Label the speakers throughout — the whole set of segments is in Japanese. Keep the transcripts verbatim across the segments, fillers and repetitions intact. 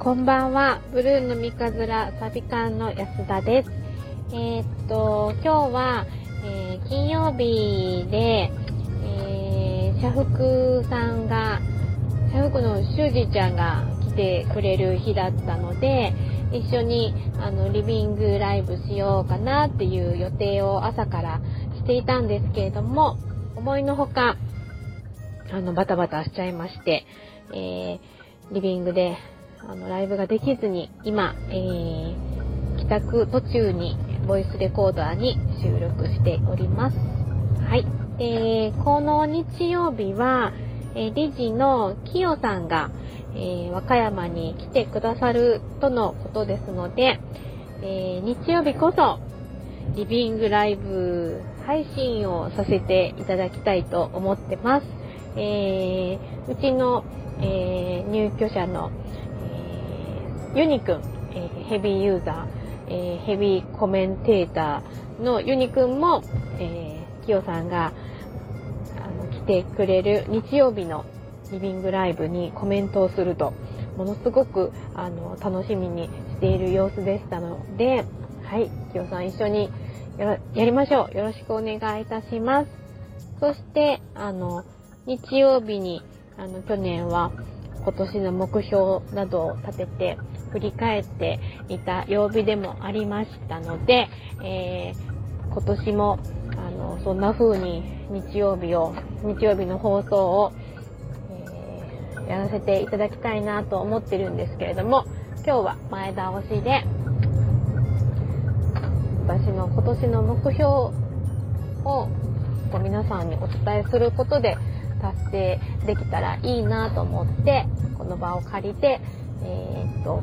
Speaker 1: こんばんは。ブルーの三日面サビ館の安田です。えー、っと今日は、えー、金曜日で、えー、社福さんが社福の修二ちゃんが来てくれる日だったので、一緒にあのリビングライブしようかなっていう予定を朝からしていたんですけれども、思いのほかあのバタバタしちゃいまして、えー、リビングであのライブができずに今、えー、帰宅途中にボイスレコーダーに収録しております。はい。えー、この日曜日は、えー、理事のきよさんが、えー、和歌山に来てくださるとのことですので、えー、日曜日こそリビングライブ配信をさせていただきたいと思ってます。えー、うちの、えー、入居者のユニくん、えー、ヘビーユーザー、えー、ヘビーコメンテーターのユニくんも、えー、キヨさんがあの来てくれる日曜日のリビングライブにコメントをすると、ものすごくあの楽しみにしている様子でしたので、はい、キヨさん一緒にや, やりましょう。よろしくお願いいたします。そしてあの日曜日にあの去年は今年の目標などを立てて振り返っていた曜日でもありましたので、えー、今年もあのそんな風に日曜日を日曜日の放送を、えー、やらせていただきたいなと思ってるんですけれども、今日は前倒しで私の今年の目標を皆さんにお伝えすることで達成できたらいいなと思ってこの場を借りて、えー、っと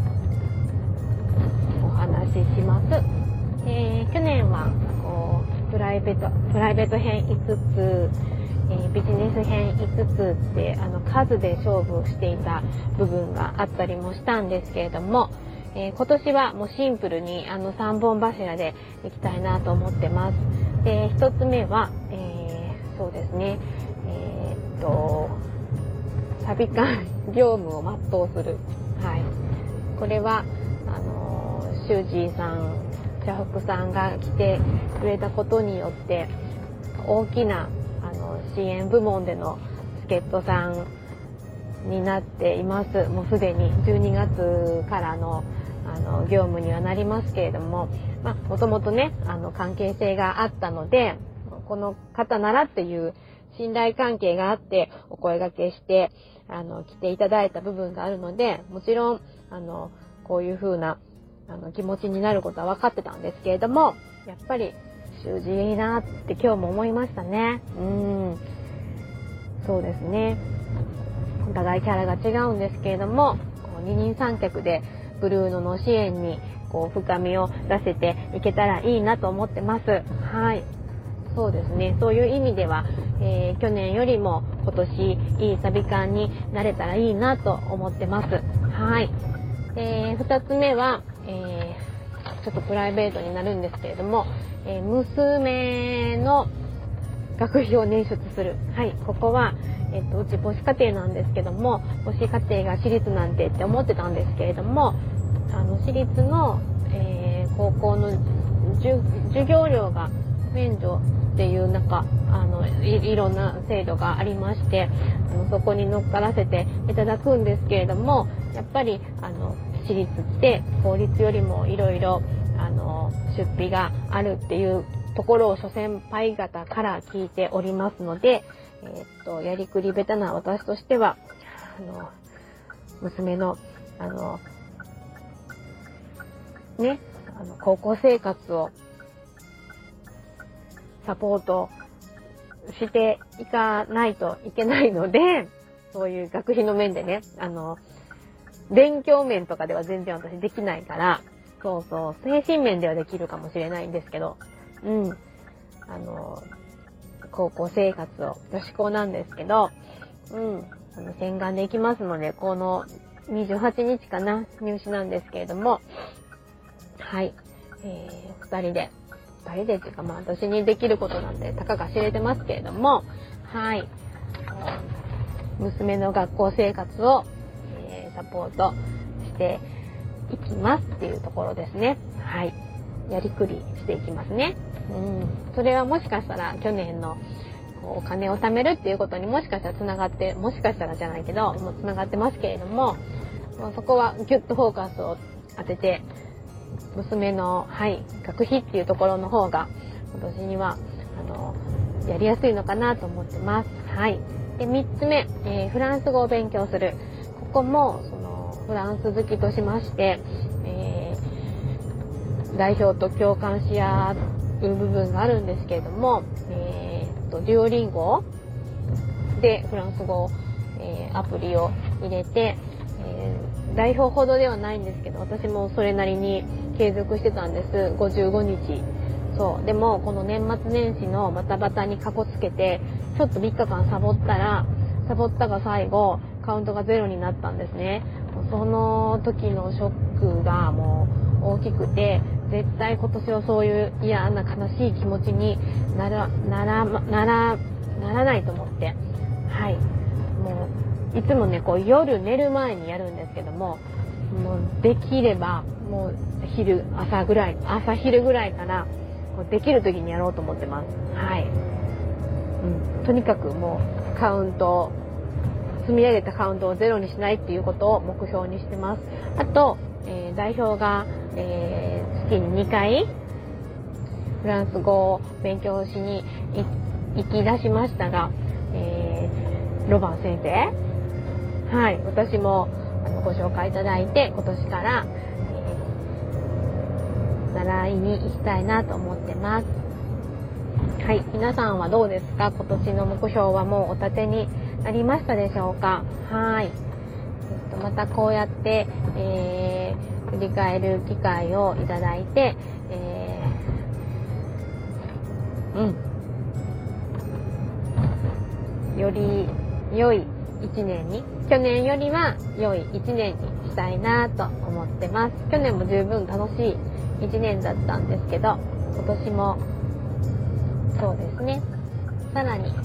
Speaker 1: お話しします。えー、去年はこうプライベートプライベート編いつつ、えー、ビジネス編いつつってあの数で勝負していた部分があったりもしたんですけれども、えー、今年はもうシンプルにあのさんぼん柱でいきたいなと思ってます。で、ひとつめは、えー、そうですね、えー、っとサビ館業務を全うする。はい。これはあのシュージーさん、社福さんが来てくれたことによって大きなあの支援部門での助っ人さんになっています。もうすでにじゅうにがつからのあの業務にはなりますけれども、まあもともとねあの関係性があったので、この方ならっていう信頼関係があってお声掛けしてあの来ていただいた部分があるので、もちろんあのこういう風なあの気持ちになることは分かってたんですけれども、やっぱり習字いいなって今日も思いましたね。うん、そうですね。お互いキャラが違うんですけれども、こう二人三脚でブルーノの支援にこう深みを出せていけたらいいなと思ってます。はい。そうですね。そういう意味では、えー、去年よりも今年いいサビ館になれたらいいなと思ってます。はい。えー、二つ目は、えー、ちょっとプライベートになるんですけれども、えー、娘の学費を捻出する。はい。ここは、えっと、うち母子家庭なんですけども、母子家庭が私立なんてって思ってたんですけれども、あの私立の、えー、高校の授業料が免除っていうなんかあの い, いろんな制度がありまして、あのそこに乗っからせていただくんですけれども、やっぱりあの私立って公立よりもいろいろあの出費があるっていうところを諸先輩方から聞いておりますので、えー、っとやりくり下手な私としてはあの娘のあのねあの高校生活をサポートしていかないといけないので、そういう学費の面でね、あの勉強面とかでは全然私できないから、そうそう精神面ではできるかもしれないんですけど、うんあの高校生活を女子校なんですけど、うんあの洗顔で行きますので、このにじゅうはちにちかな入試なんですけれども、はい、えー、ふたりでふたりでっていうかまあ私にできることなんでたかが知れてますけれども、はい娘の学校生活を、えー、サポートしていきますっていうところですね。はい。やりくりしていきますね。うん。それはもしかしたら去年のお金を貯めるっていうことにもしかしたらつながって、もしかしたらじゃないけど、もうつながってますけれども、そこはギュッとフォーカスを当てて、娘の、はい、学費っていうところの方が、今年には、あの、やりやすいのかなと思ってます。はい。で、みっつめ、えー、フランス語を勉強する。ここも、その、フランス好きとしまして、えー、代表と共感し合う部分があるんですけれども、えー、と、デュオリンゴでフランス語、えー、アプリを入れて、えー、代表ほどではないんですけど、私もそれなりに継続してたんです。ごじゅうごにち。そう。でも、この年末年始のバタバタにかこつけて、ちょっとみっかかんサボったら、サボったが最後、カウントがゼロになったんですね。その時のショックがもう大きくて、絶対今年はそういう嫌な悲しい気持ちになら、なら、なら、ならないと思って。はい。もう、いつもね、こう夜寝る前にやるんですけども、もうできれば、もう昼、朝ぐらい、朝昼ぐらいから、できる時にやろうと思ってます。はい。うん。とにかくもうカウント、積み上げたカウントをゼロにしないっていうことを目標にしてます。あと、えー、代表が、えー、月ににかいフランス語を勉強しに行き出しましたが、えー、ロバン先生、はい、私もあのご紹介いただいて、今年から、えー、習いに行きたいなと思ってます。はい、皆さんはどうですか？今年の目標はもうお立てになりましたでしょうか？はい、えっと、またこうやって、えー、振り返る機会をいただいて、えー、うん、より良い一年に、去年よりは良い一年にしたいなと思ってます。去年も十分楽しい一年だったんですけど、今年もそうですね、さらに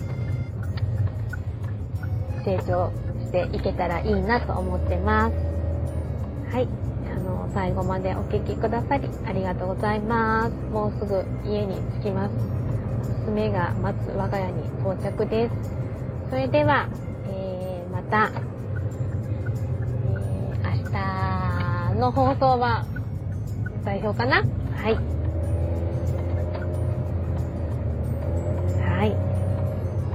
Speaker 1: 成長していけたらいいなと思ってます。はい、あの最後までお聞きくださりありがとうございます。もうすぐ家に着きます。娘が待つ我が家に到着です。それでは、えー、また、えー、明日の放送は代表かな？はい。はい。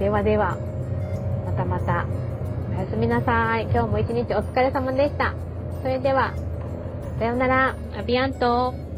Speaker 1: ではでは、またまた。おやすみなさい。今日も一日お疲れ様でした。それでは、さようなら。アビアント。